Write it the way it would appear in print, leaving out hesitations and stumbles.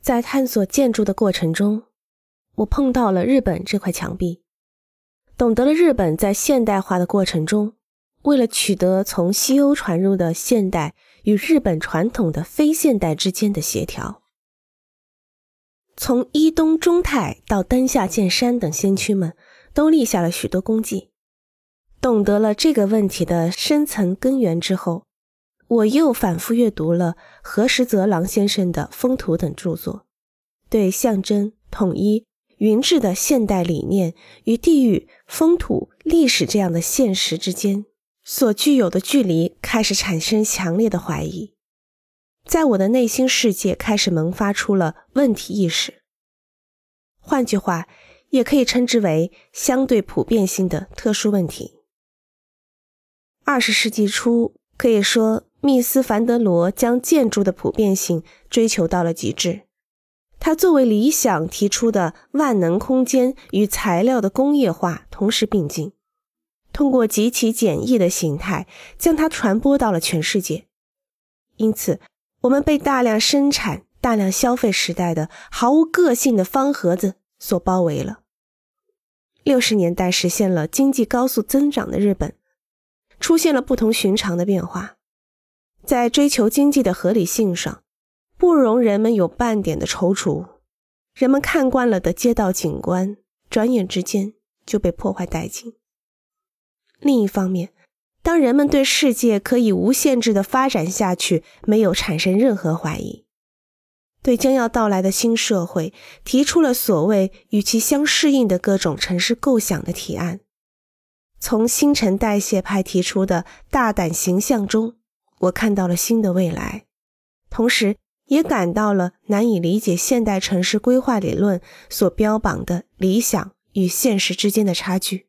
在探索建筑的过程中，我碰到了日本这块墙壁，懂得了日本在现代化的过程中，为了取得从西欧传入的现代与日本传统的非现代之间的协调。从伊东忠太到丹下健山等先驱们都立下了许多功绩。懂得了这个问题的深层根源之后，我又反复阅读了何石泽郎先生的《风土》等著作，对象征、统一、云质的现代理念与地域、风土、历史这样的现实之间所具有的距离开始产生强烈的怀疑，在我的内心世界开始萌发出了问题意识，换句话也可以称之为相对普遍性的特殊问题。20世纪初，可以说密斯凡德罗将建筑的普遍性追求到了极致。他作为理想提出的万能空间与材料的工业化同时并进，通过极其简易的形态将它传播到了全世界。因此，我们被大量生产、大量消费时代的毫无个性的方盒子所包围了。60年代实现了经济高速增长的日本，出现了不同寻常的变化，在追求经济的合理性上，不容人们有半点的踌躇。人们看惯了的街道景观，转眼之间就被破坏殆尽。另一方面，当人们对世界可以无限制地发展下去没有产生任何怀疑，对将要到来的新社会提出了所谓与其相适应的各种城市构想的提案。从新陈代谢派提出的大胆形象中，我看到了新的未来，同时也感到了难以理解现代城市规划理论所标榜的理想与现实之间的差距。